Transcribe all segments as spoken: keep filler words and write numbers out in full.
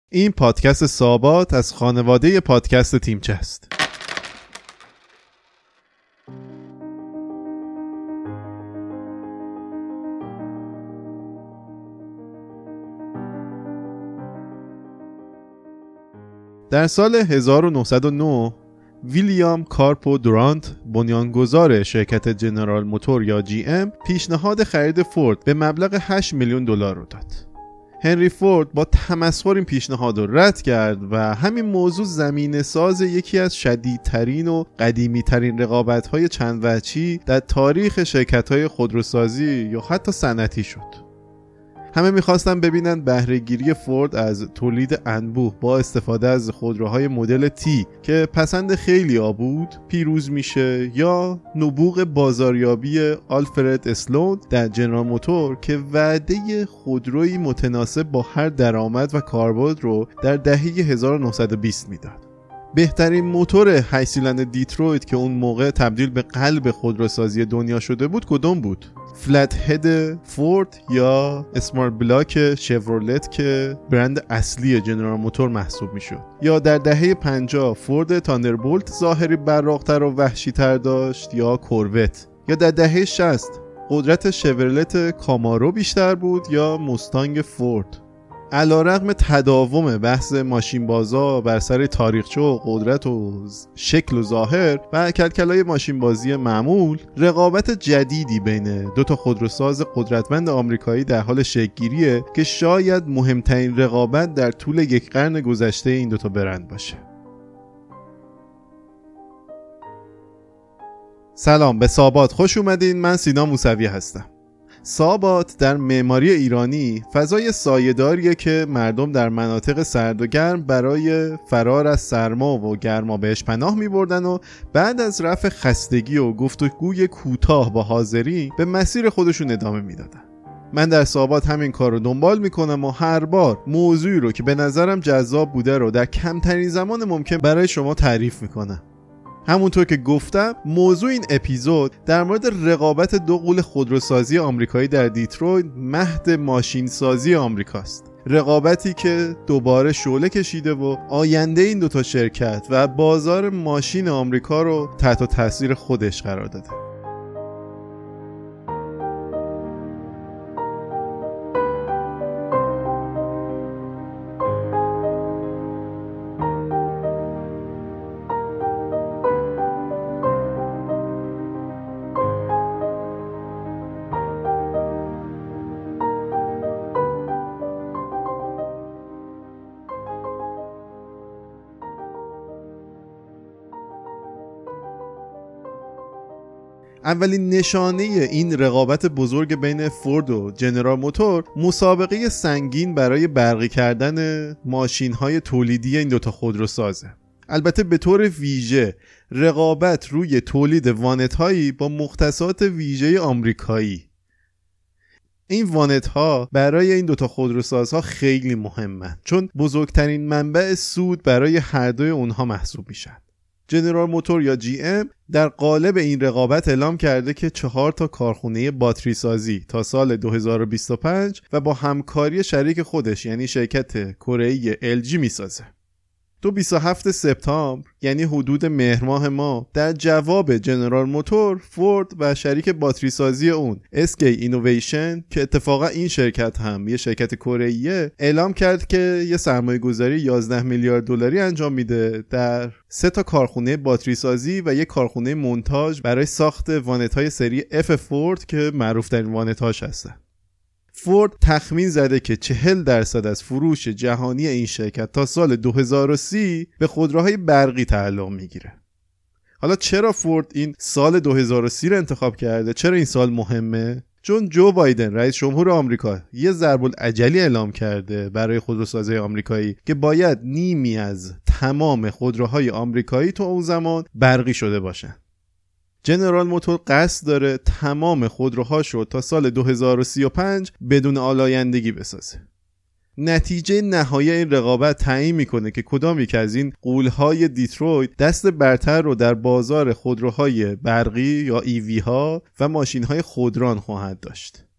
این پادکست سابات از خانواده پادکست تیمچه است. در سال هزار و نهصد و نه ویلیام کارپو دورانت، بنیانگذار شرکت جنرال موتور یا جی ام، پیشنهاد خرید فورد به مبلغ هشت میلیون دلار رو داد. هنری فورد با تمسخر این پیشنهاد رو رد کرد و همین موضوع زمینه ساز یکی از شدیدترین و قدیمی‌ترین رقابت‌های چند وجهی در تاریخ شرکت‌های خودروسازی یا حتی صنعتی شد. همه میخواستن ببینن بهره‌گیری فورد از تولید انبوه با استفاده از خودروهای مدل تی که پسند خیلی‌ها بود پیروز میشه، یا نبوغ بازاریابی آلفرد اسلون در جنرال موتور که وعده خودرویی متناسب با هر درآمد و کاربرد رو در دهه هزار و نهصد و بیست میداد. بهترین موتور هشت سیلندر دیترویت که اون موقع تبدیل به قلب خودروسازی دنیا شده بود کدوم بود؟ فلت هد فورد یا اسمارت بلاک شورولت که برند اصلی جنرال موتور محسوب میشد، یا در دهه پنجاه فورد تاندربولت ظاهری براق‌تر و وحشی‌تر داشت، یا کوروت، یا در دهه شصت قدرت شورولت کامارو بیشتر بود یا مستانگ فورد. علیرغم تداوم بحث ماشین بازا بر سر تاریخچه و قدرت و شکل و ظاهر و کلکلای ماشین بازی معمول، رقابت جدیدی بین دو تا خودروساز قدرتمند آمریکایی در حال شکل‌گیریه که شاید مهمترین رقابت در طول یک قرن گذشته این دو تا برند باشه. سلام، به سابات خوش اومدین. من سینا موسوی هستم. سابات در معماری ایرانی فضای سایه‌داریه که مردم در مناطق سرد و گرم برای فرار از سرما و گرما بهش پناه می‌بردن و بعد از رفع خستگی و گفتگوی کوتاه با حاضرین به مسیر خودشون ادامه میدادن. من در سابات همین کار رو دنبال میکنم و هر بار موضوعی رو که به نظرم جذاب بوده رو در کمترین زمان ممکن برای شما تعریف میکنم. همونطور که گفتم، موضوع این اپیزود در مورد رقابت دو غول خودروسازی آمریکایی در دیترویت مهد ماشینسازی آمریکاست. رقابتی که دوباره شعله کشیده و آینده این دوتا شرکت و بازار ماشین آمریکا رو تحت تاثیر خودش قرار داده. اولین نشانه این رقابت بزرگ بین فورد و جنرال موتور مسابقه سنگین برای برقی کردن ماشین‌های تولیدی این دوتا خودروسازه. البته به طور ویژه رقابت روی تولید وانت‌هایی با مختصات ویژه آمریکایی. این وانت‌ها برای این دوتا خودروسازها خیلی مهمن چون بزرگترین منبع سود برای هر دوی اونها محسوب میشن. جنرال موتور یا جی ام در قالب این رقابت اعلام کرده که چهار تا کارخونه باتری سازی تا سال دو هزار و بیست و پنج و با همکاری شریک خودش یعنی شرکت کره‌ای ال جی میسازه. تو بیست و هفتم سپتامبر یعنی حدود مهر ماه ما در جواب جنرال موتور، فورد و شریک باتری سازی اون اس کی اینویشن که اتفاقا این شرکت هم یه شرکت کره‌ایه اعلام کرد که یه سرمایه گذاری یازده میلیارد دلاری انجام میده در سه تا کارخونه باتری سازی و یک کارخونه مونتاژ برای ساخت وانت‌های سری اف فورد که معروف ترین وانت‌هاش هستن. فورد تخمین زده که چهل درصد از فروش جهانی این شرکت تا سال دو هزار و سی به خودروهای برقی تعلق میگیره. حالا چرا فورد این سال دو هزار و سی رو انتخاب کرده؟ چرا این سال مهمه؟ چون جو بایدن رئیس جمهور آمریکا یه ضرب العجلی اعلام کرده برای خودروسازی آمریکایی که باید نیمی از تمام خودروهای آمریکایی تو اون زمان برقی شده باشن. جنرال موتور قصد داره تمام خودروهاشو تا سال دو هزار و سی و پنج بدون آلایندگی بسازه. نتیجه نهایی این رقابت تعیین میکنه که کدام یک از این غول‌های دیترویت دست برتر رو در بازار خودروهای برقی یا ای وی ها و ماشین‌های خودران خواهد داشت.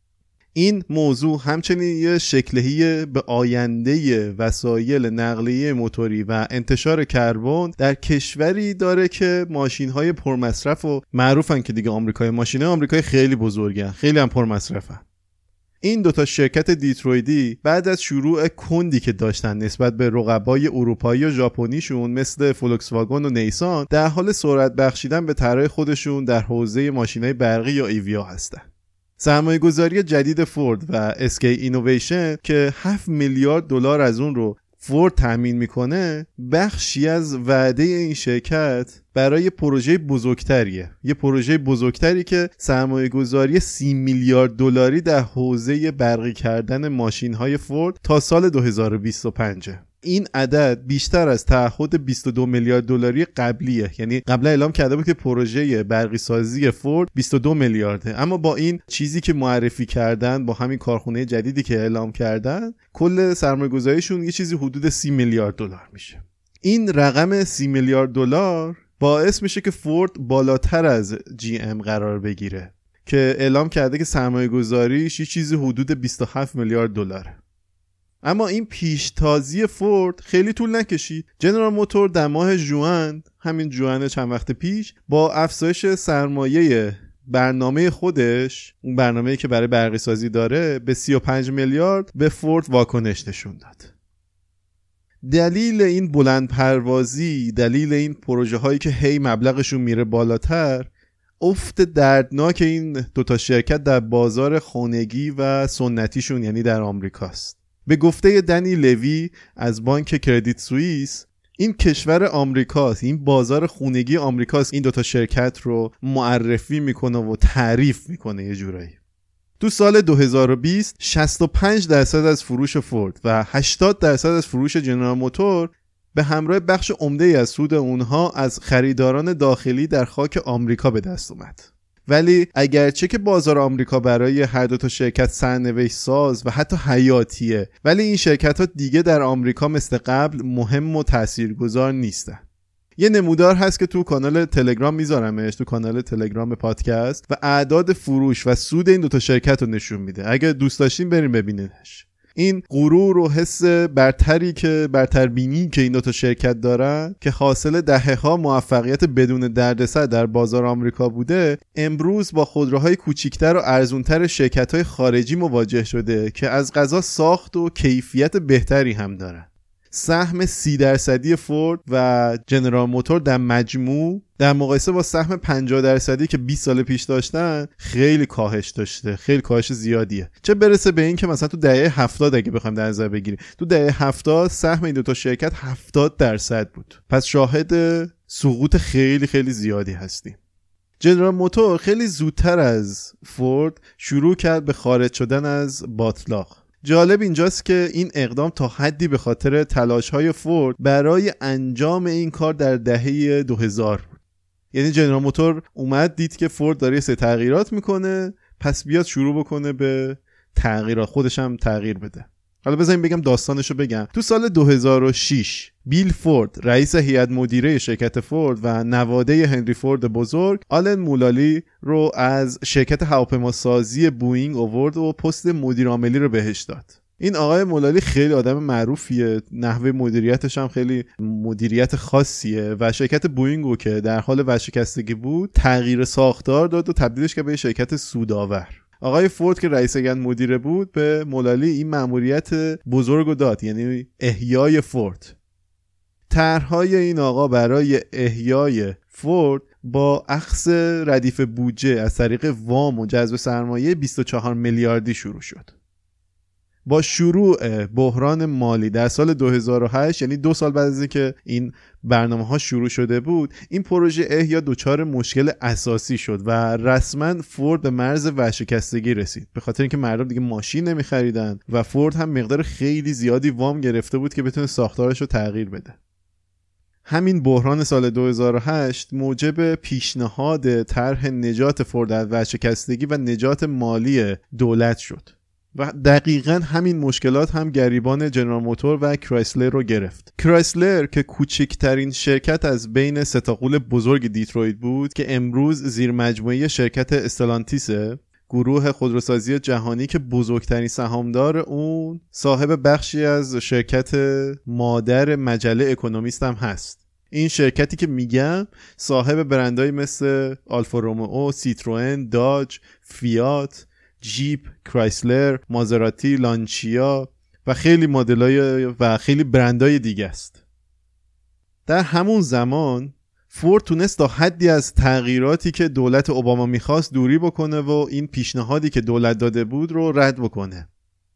این موضوع همچنین یه شکلهی به آینده وسایل نقلیه موتوری و انتشار کربن در کشوری داره که ماشین‌های پرمصرف و معروفن که دیگه آمریکای ماشینه آمریکای خیلی بزرگن، خیلی هم پرمصرفن. این دوتا شرکت دیترویدی بعد از شروع کندی که داشتن نسبت به رقبای اروپایی و ژاپنیشون مثل فولکس واگن و نیسان در حال سرعت بخشیدن به طرح خودشون در حوزه ماشین‌های برقی یا ایویا هستن. سرمایه گذاری جدید فورد و اسکی اینویشن که هفت میلیارد دلار از اون رو فورد تامین میکنه بخشی از وعده این شرکت برای پروژه بزرگتریه، یه پروژه بزرگتری که سرمایه گذاری سی میلیارد دلاری در حوزه برقی کردن ماشین های فورد تا سال دو هزار و بیست و پنج. این عدد بیشتر از تعهد بیست و دو میلیارد دلاری قبلیه، یعنی قبلا اعلام کرده بود که پروژه برقی سازی فورد بیست و دو میلیارده، اما با این چیزی که معرفی کردن، با همین کارخونه جدیدی که اعلام کردن، کل سرمایه‌گذاریشون یه چیزی حدود سی میلیارد دلار میشه. این رقم سی میلیارد دلار باعث میشه که فورد بالاتر از جی ام قرار بگیره که اعلام کرده که سرمایه‌گذاریش یه چیزی حدود بیست و هفت میلیارد دلاره. اما این پیشتازی فورد خیلی طول نکشید. جنرال موتور در ماه ژوئن، همین ژوئن چند وقت پیش، با افزایش سرمایه برنامه خودش، اون برنامه‌ای که برای برقی سازی داره، به سی و پنج میلیارد به فورد واکنش نشون داد. دلیل این بلند پروازی، دلیل این پروژه هایی که هی مبلغشون میره بالاتر، افت دردناک این دوتا شرکت در بازار خانگی و سنتیشون یعنی در آمریکاست. به گفته دنی لوی از بانک کردیت سوئیس، این کشور آمریکاست، این بازار خونگی آمریکاست، این دوتا شرکت رو معرفی میکنه و تعریف میکنه یه جورایی. تو سال دو هزار و بیست شصت و پنج درصد از فروش فورد و هشتاد درصد از فروش جنرال موتور به همراه بخش عمده‌ای از سود اونها از خریداران داخلی در خاک آمریکا به دست اومد. ولی اگرچه که بازار آمریکا برای هر دو تا شرکت سرنوشت ساز و حتی حیاتیه، ولی این شرکت ها دیگه در آمریکا مثل قبل مهم و تاثیرگذار نیستن. یه نمودار هست که تو کانال تلگرام میذارمش، تو کانال تلگرام پادکست، و اعداد فروش و سود این دو تا شرکت رو نشون میده. اگه دوست داشتین بریم ببینینش. این غرور و حس برتری که برتربینی که این دو تا شرکت دارن که حاصل دهه‌ها موفقیت بدون دردسر در بازار آمریکا بوده، امروز با خودروهای کوچیکتر و ارزونتر شرکت‌های خارجی مواجه شده که از قضا ساخت و کیفیت بهتری هم دارن. سهم سی درصدی فورد و جنرال موتور در مجموع در مقایسه با سهم پنجاه درصدی که بیست سال پیش داشتن خیلی کاهش داشته، خیلی کاهش زیادیه. چه برسه به این که مثلا تو دهه هفتاد اگه بخوایم در نظر بگیریم، تو دهه هفتاد سهم این دو تا شرکت هفتاد درصد بود. پس شاهد سقوط خیلی خیلی زیادی هستیم. جنرال موتور خیلی زودتر از فورد شروع کرد به خارج شدن از باتلاق. جالب اینجاست که این اقدام تا حدی به خاطر تلاش‌های فورد برای انجام این کار در دهه دو هزار بود. یعنی جنرال موتور اومد دید که فورد داره سه تغییرات میکنه، پس بیاد شروع بکنه به تغییرات، خودش هم تغییر بده. حالا بذاریم بگم داستانشو بگم. تو سال دو هزار و شش بیل فورد، رئیس هیئت مدیره شرکت فورد و نواده هنری فورد بزرگ، آلن مولالی رو از شرکت هواپیماسازی بوئینگ آورد و پست مدیر عاملی رو بهش داد. این آقای مولالی خیلی آدم معروفیه، نحوه مدیریتش هم خیلی مدیریت خاصیه و شرکت بوئینگو که در حال ورشکستگی بود تغییر ساختار داد و تبدیلش کرد به شرکت سودآور. آقای فورد که رئیس هیئت مدیره بود به مولالی این مأموریت بزرگو داد، یعنی احیای فورد. طرح‌های این آقا برای احیای فورد با اخذ ردیف بودجه از طریق وام و جذب سرمایه بیست و چهار میلیاردی شروع شد. با شروع بحران مالی در سال دو هزار و هشت، یعنی دو سال بعد از اینکه این برنامه‌ها شروع شده بود، این پروژه احیا دچار مشکل اساسی شد و رسما فورد به مرز ورشکستگی رسید، به خاطر اینکه مردم دیگه ماشین نمی‌خریدن و فورد هم مقدار خیلی زیادی وام گرفته بود که بتونه ساختارش رو تغییر بده. همین بحران سال دو هزار و هشت موجب پیشنهاد طرح نجات فورد از ورشکستگی و نجات مالی دولت شد و دقیقاً همین مشکلات هم گریبان جنرال موتور و کرایسلر رو گرفت. کرایسلر که کوچکترین شرکت از بین سه تا غول بزرگ دیترویت بود که امروز زیر مجموعه شرکت استلانتیسه، گروه خودروسازی جهانی که بزرگترین سهامدار اون صاحب بخشی از شرکت مادر مجله اکونومیست هم هست. این شرکتی که میگم صاحب برندهایی مثل آلفا رومئو، سیتروئن، داج، فیات، جیپ، کرایسلر، مازراتی، لانچیا و خیلی مدلای و خیلی برندهای دیگه است. در همون زمان فورد تونست تا حدی از تغییراتی که دولت اوباما میخواست دوری بکنه و این پیشنهادی که دولت داده بود رو رد بکنه.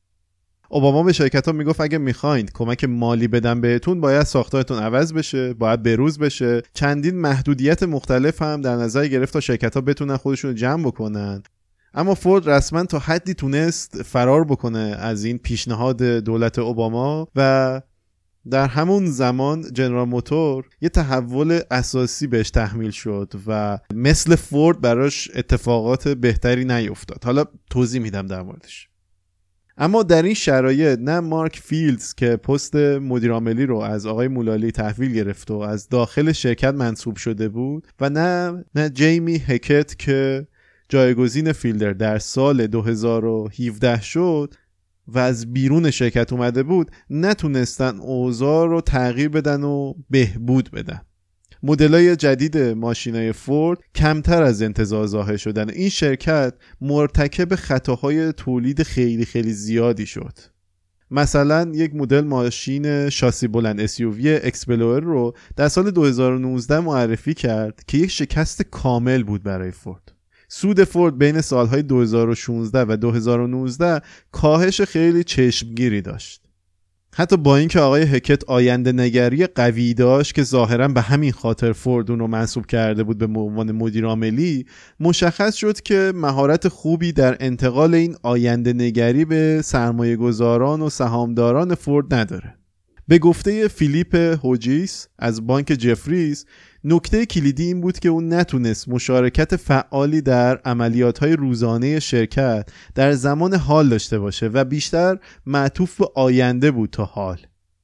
اوباما به شرکت‌ها میگفت اگه میخواین کمک مالی بدن بهتون باید ساختارتون عوض بشه، باید بروز بشه. چندین محدودیت مختلف هم در نظر گرفت تا شرکت‌ها بتونن خودشون رو جمع بکنن. اما فورد رسما تا حدی تونست فرار بکنه از این پیشنهاد دولت اوباما و در همون زمان جنرال موتور یه تحول اساسی بهش تحمیل شد و مثل فورد براش اتفاقات بهتری نیفتاد. حالا توضیح میدم در موردش. اما در این شرایط نه مارک فیلدز که پست مدیرعاملی رو از آقای مولالی تحویل گرفت و از داخل شرکت منصوب شده بود و نه نه جیمی هکت که جایگزین فیلدر در سال دو هزار و هفده شد و از بیرون شرکت اومده بود، نتونستن اوضاع رو تغییر بدن و بهبود بدن. مدل‌های جدید ماشینای فورد کمتر از انتظار ظاهر شدن. این شرکت مرتکب خطاهای تولید خیلی خیلی زیادی شد. مثلا یک مدل ماشین شاسی بلند اس یو وی اکسپلورر رو در سال دو هزار و نوزده معرفی کرد که یک شکست کامل بود برای فورد. سود فورد بین سالهای دو هزار و شانزده و دو هزار و نوزده کاهش خیلی چشمگیری داشت. حتی با اینکه آقای هکت آینده نگری قوی داشت که ظاهراً به همین خاطر فورد اون رو منصوب کرده بود به عنوان مدیر عاملی، مشخص شد که مهارت خوبی در انتقال این آینده نگری به سرمایه گذاران و سهامداران فورد نداره. به گفته فیلیپ هوجیس از بانک جفریز، نکته کلیدی این بود که اون نتونست مشارکت فعالی در عملیات‌های روزانه شرکت در زمان حال داشته باشه و بیشتر معطوف به آینده بود تا حال.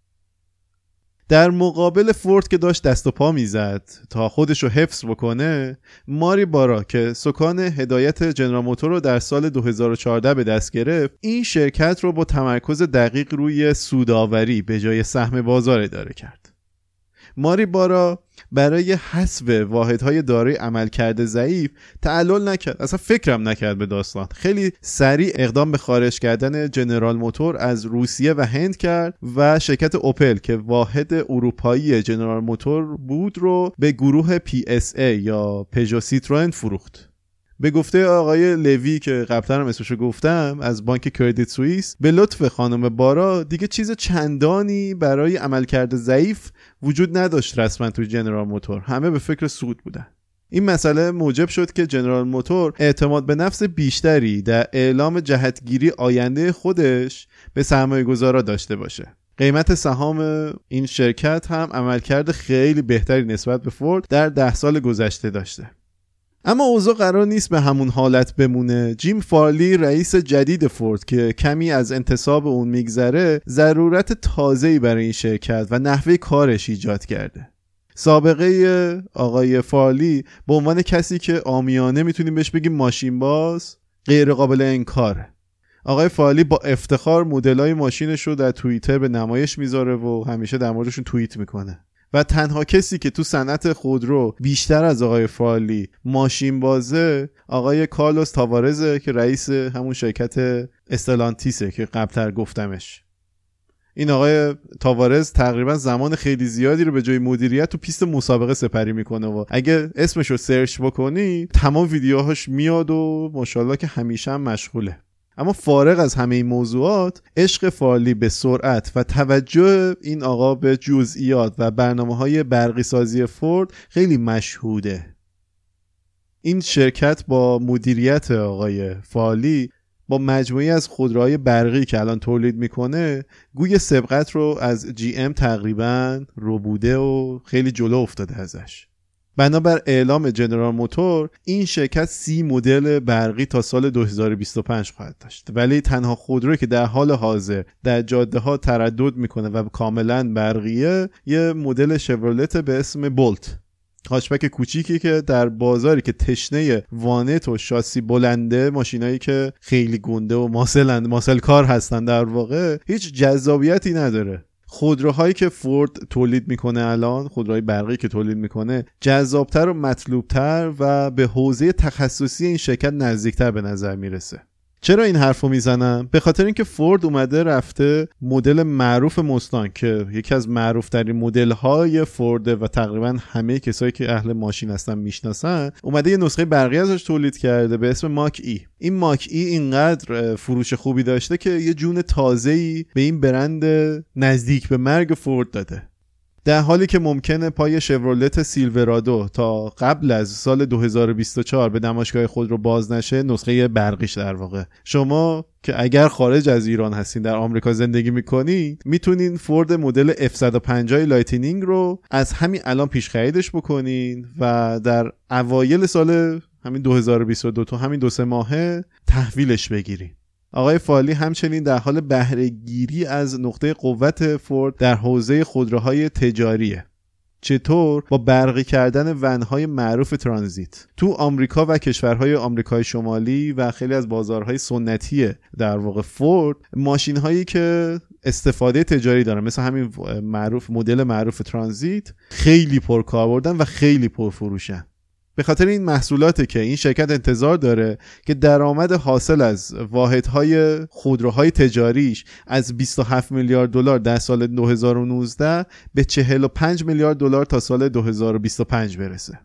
در مقابل فورد که داشت دست و پا میزد تا خودش رو حفظ بکنه، ماری بارا که سکان هدایت جنرال موتور رو در سال دو هزار و چهارده به دست گرفت، این شرکت رو با تمرکز دقیق روی سودآوری به جای سهم بازار اداره کرد. ماری بارا برای حذف واحدهای دارای عملکرد ضعیف تعلل نکرد، اصلا فکرم نکرد به داستان. خیلی سریع اقدام به خارج کردن جنرال موتور از روسیه و هند کرد و شرکت اوپل که واحد اروپایی جنرال موتور بود رو به گروه پی اس ای یا پژو سیتروئن فروخت. به گفته آقای لوی که قبلا هم اسمشو گفتم از بانک کردیت سوئیس، به لطف خانم بارا دیگه چیز چندانی برای عملکرد ضعیف وجود نداشت رسما توی جنرال موتور. همه به فکر سود بودن. این مسئله موجب شد که جنرال موتور اعتماد به نفس بیشتری در اعلام جهتگیری آینده خودش به سرمایه‌گذارا داشته باشه. قیمت سهام این شرکت هم عملکرد خیلی بهتری نسبت به فورد در ده سال گذشته داشته. اما اوضاع قرار نیست به همون حالت بمونه. جیم فارلی رئیس جدید فورد که کمی از انتصاب اون میگذره، ضرورت تازه‌ای برای این شرکت و نحوه کارش ایجاد کرده. سابقه آقای فارلی به عنوان کسی که عامیانه میتونیم بهش بگیم ماشین باز غیر قابل انکاره. آقای فارلی با افتخار مدل‌های ماشینش رو در توییتر به نمایش میذاره و همیشه در موردشون توییت میکنه. و تنها کسی که تو صنعت خودرو بیشتر از آقای فارلی ماشین بازه آقای کارلوس تاوارزه که رئیس همون شرکت استلانتیسه که قبلتر گفتمش. این آقای تاوارز تقریبا زمان خیلی زیادی رو به جای مدیریت تو پیست مسابقه سپری میکنه و اگه اسمش رو سرچ بکنی تمام ویدیوهاش میاد و ماشاءالله که همیشه هم مشغوله. اما فارغ از همه این موضوعات، عشق فارلی به سرعت و توجه این آقا به جزئیات و برنامه‌های برقی سازی فورد خیلی مشهوده. این شرکت با مدیریت آقای فارلی با مجموعی از خودروهای برقی که الان تولید میکنه گوی سبقت رو از جی ام تقریباً ربوده و خیلی جلو افتاده ازش. بنابر اعلام جنرال موتور این شرکت سی مدل برقی تا سال دو هزار و بیست و پنج خواهد داشت، ولی تنها خودرویی که در حال حاضر در جاده ها تردد میکنه و کاملا برقیه یه مدل شورلت به اسم بولت هاچبک کوچیکی که در بازاری که تشنه وانت و شاسی بلنده، ماشینایی که خیلی گنده و ماسلند ماسل کار هستن، در واقع هیچ جذابیتی نداره. خودروهایی که فورد تولید میکنه الان، خودروهای برقی که تولید میکنه، جذابتر و مطلوبتر و به حوزه تخصصی این شرکت نزدیکتر به نظر میرسه. چرا این حرفو میزنم؟ به خاطر اینکه فورد اومده رفته مدل معروف مستانگ که یکی از معروف ترین مدل های فورد و تقریبا همه کسایی که اهل ماشین هستن میشناسن، اومده یه نسخه برقی ازش تولید کرده به اسم ماک ای. این ماک ای اینقدر فروش خوبی داشته که یه جون تازه‌ای به این برند نزدیک به مرگ فورد داده. در حالی که ممکنه پای شورولت سیلورادو تا قبل از سال دو هزار و بیست و چهار به نمایشگاه خود رو باز نشه، نسخه برقیش در واقع، شما که اگر خارج از ایران هستین در آمریکا زندگی میکنید، میتونین فورد مدل اف صد و پنجاه لایتنینگ رو از همین الان پیش خریدش بکنین و در اوایل سال همین دو هزار و بیست و دو تو همین دو سه ماهه تحویلش بگیرین. آقای فالی همچنین در حال بهره گیری از نقطه قوت فورد در حوزه خودروهای تجاریه. چطور؟ با برقی کردن ونهای معروف ترانزیت. تو آمریکا و کشورهای آمریکای شمالی و خیلی از بازارهای سنتی در واقع فورد، ماشین‌هایی که استفاده تجاری دارن مثل همین معروف مدل معروف ترانزیت خیلی پرکاربردن و خیلی پرفروشن. به خاطر این محصولاته که این شرکت انتظار داره که درآمد حاصل از واحدهای خودروهای تجاریش از بیست و هفت میلیارد دلار در سال دو هزار و نوزده به چهل و پنج میلیارد دلار تا سال دو هزار و بیست و پنج برسه.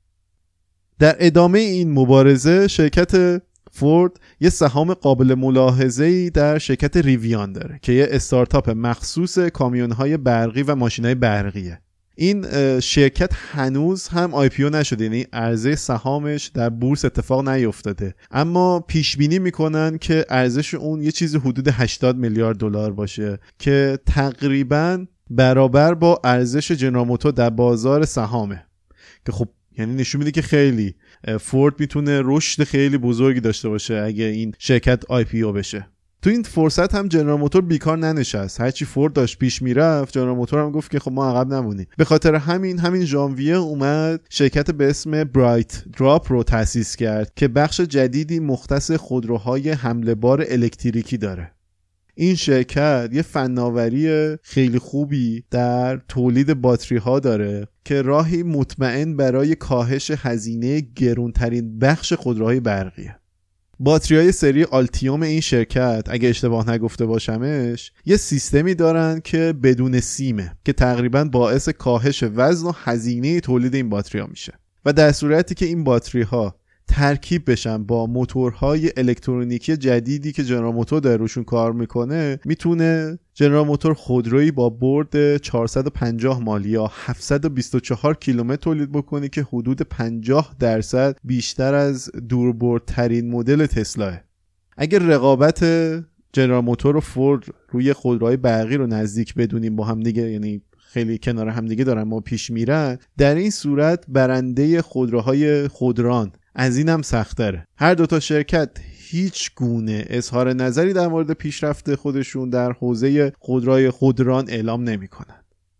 در ادامه این مبارزه شرکت فورد یه سهام قابل ملاحظه‌ای در شرکت ریویان داره که یه استارتاپ مخصوص کامیون‌های برقی و ماشین‌های برقیه. این شرکت هنوز هم آی پی او نشده، یعنی عرضه سهامش در بورس اتفاق نیفتاده، اما پیش بینی میکنن که ارزش اون یه چیزی حدود هشتاد میلیارد دلار باشه که تقریبا برابر با ارزش جنرال موتور در بازار سهامه، که خب یعنی نشون میده که خیلی فورد میتونه رشد خیلی بزرگی داشته باشه اگه این شرکت آی پی او بشه. تو این فرصت هم جنرال موتور بیکار ننشست. هرچی فورد داشت پیش میرفت، جنرال موتور هم گفت که خب ما عقب نمونیم. به خاطر همین همین ژانویه اومد شرکت به اسم برایت دراپ رو تأسیس کرد که بخش جدیدی مختص خودروهای حمله بار الکتریکی داره. این شرکت یه فناوری خیلی خوبی در تولید باتری ها داره که راهی مطمئن برای کاهش هزینه گرونترین بخش خودروهای برقیه. باتری‌های سری آلتیوم این شرکت، اگه اشتباه نگفته باشمش، یه سیستمی دارن که بدون سیمه که تقریبا باعث کاهش وزن و هزینه تولید این باتری‌ها میشه و در صورتی که این باتری‌ها ترکیب بشن با موتورهای الکترونیکی جدیدی که جنرال موتور در روشون کار میکنه، میتونه جنرال موتور خودرویی با برد چهارصد و پنجاه مایل یا هفتصد و بیست و چهار کیلومتر تولید بکنه که حدود پنجاه درصد بیشتر از دوربردترین مدل تسلاه. اگر رقابت جنرال موتور و فورد روی خودروهای برقی رو نزدیک بدونیم با هم دیگه، یعنی خیلی کنار هم دیگه دارن ما پیش میرن، در این صورت برنده خودروهای خودران از اینم سخت‌تره. هر دوتا شرکت هیچ گونه اظهار نظری در مورد پیشرفت خودشون در حوزه خودروهای خودران اعلام نمی‌کنن.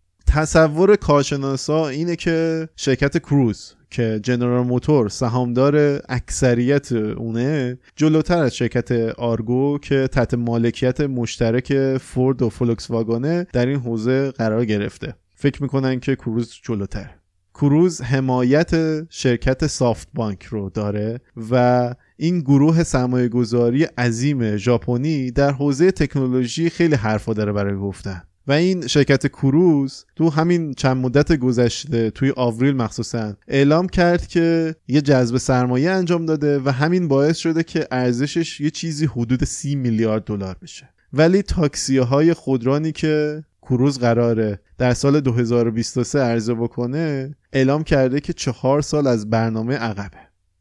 تصور کارشناسا اینه که شرکت کروز که جنرال موتور سهامدار اکثریت اونه، جلوتر از شرکت آرگو که تحت مالکیت مشترک فورد و فولکس واگنه در این حوزه قرار گرفته. فکر میکنن که کروز جلوتر. کروز حمایت شرکت سافت بانک رو داره و این گروه سرمایه گذاری عظیم ژاپنی در حوزه تکنولوژی خیلی حرفا داره برای گفتن و این شرکت کروز تو همین چند مدت گذشته توی آوریل مخصوصا اعلام کرد که یه جذب سرمایه انجام داده و همین باعث شده که ارزشش یه چیزی حدود سی میلیارد دلار بشه. ولی تاکسی‌های خودرانی که کروز قراره در سال دو هزار و بیست و سه عرضه بکنه اعلام کرده که چهار سال از برنامه عقبه.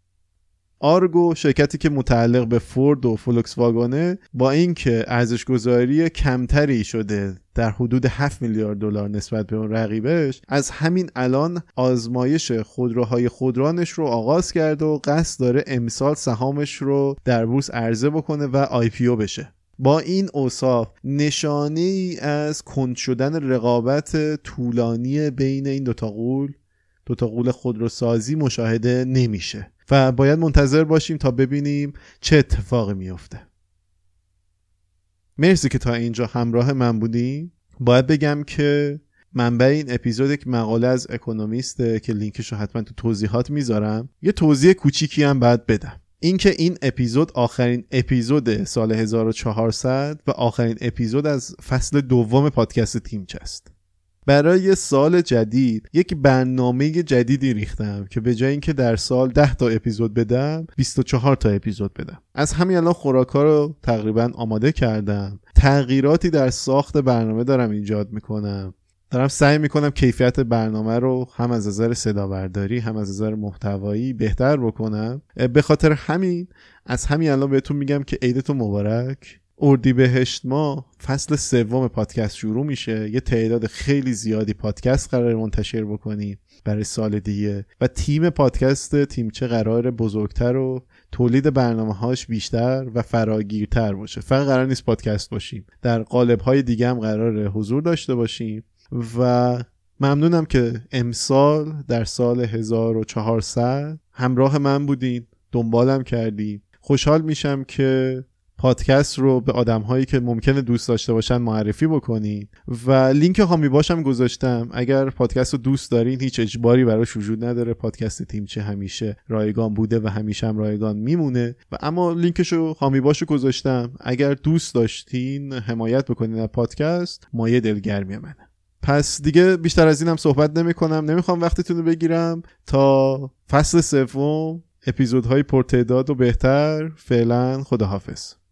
آرگو، شرکتی که متعلق به فورد و فولکس واگنه، با اینکه ارزش‌گذاری کمتری شده در حدود هفت میلیارد دلار نسبت به اون رقیبش، از همین الان آزمایش خودروهای خودرانش رو آغاز کرده و قصد داره امسال سهامش رو در بورس عرضه بکنه و آی پی او بشه. با این اوصاف نشانه‌ای از کند شدن رقابت طولانی بین این دوتا غول دوتا غول خودروسازی مشاهده نمیشه و باید منتظر باشیم تا ببینیم چه اتفاقی میفته. مرسی که تا اینجا همراه من بودیم. باید بگم که منبع این اپیزود یک مقاله از اکونومیسته که لینکش رو حتما تو توضیحات میذارم. یه توضیح کوچیکی هم باید بدم، اینکه این اپیزود آخرین اپیزود سال هزار و چهارصد و آخرین اپیزود از فصل دوم پادکست تیمچه است. برای سال جدید یک برنامه جدیدی ریختم که به جای اینکه در سال ده تا اپیزود بدم بیست و چهار تا اپیزود بدم. از همین الان خوراکا رو تقریبا آماده کردم، تغییراتی در ساخت برنامه دارم ایجاد میکنم، دارم سعی میکنم کیفیت برنامه رو هم از نظر صدابرداری هم از نظر محتوایی بهتر بکنم. به خاطر همین از همین الان بهتون میگم که عیدتون مبارک. اردیبهشت ماه فصل سوم پادکست شروع میشه. یه تعداد خیلی زیادی پادکست قراره منتشر بکنیم برای سال دیگه و تیم پادکست تیمچه قراره بزرگتر و تولید برنامه‌هاش بیشتر و فراگیرتر باشه. فقط قرار نیست پادکست باشیم، در قالب‌های دیگه هم قراره حضور داشته باشیم و ممنونم که امسال در سال هزار و چهارصد همراه من بودین، دنبالم کردین. خوشحال میشم که پادکست رو به آدم‌هایی که ممکنه دوست داشته باشن معرفی بکنین و لینک هامی باشم گذاشتم. اگر پادکست رو دوست دارین هیچ اجباری براش وجود نداره. پادکست تیمچه همیشه رایگان بوده و همیشه هم رایگان میمونه و اما لینکشو هامی باشو گذاشتم. اگر دوست داشتین حمایت بکنین از پادکست، مایه دلگرمی منه. پس دیگه بیشتر از اینم صحبت نمی کنم، نمیخوام وقتتون رو بگیرم. تا فصل سوم اپیزودهای پرتعداد و بهتر، فعلا خداحافظ.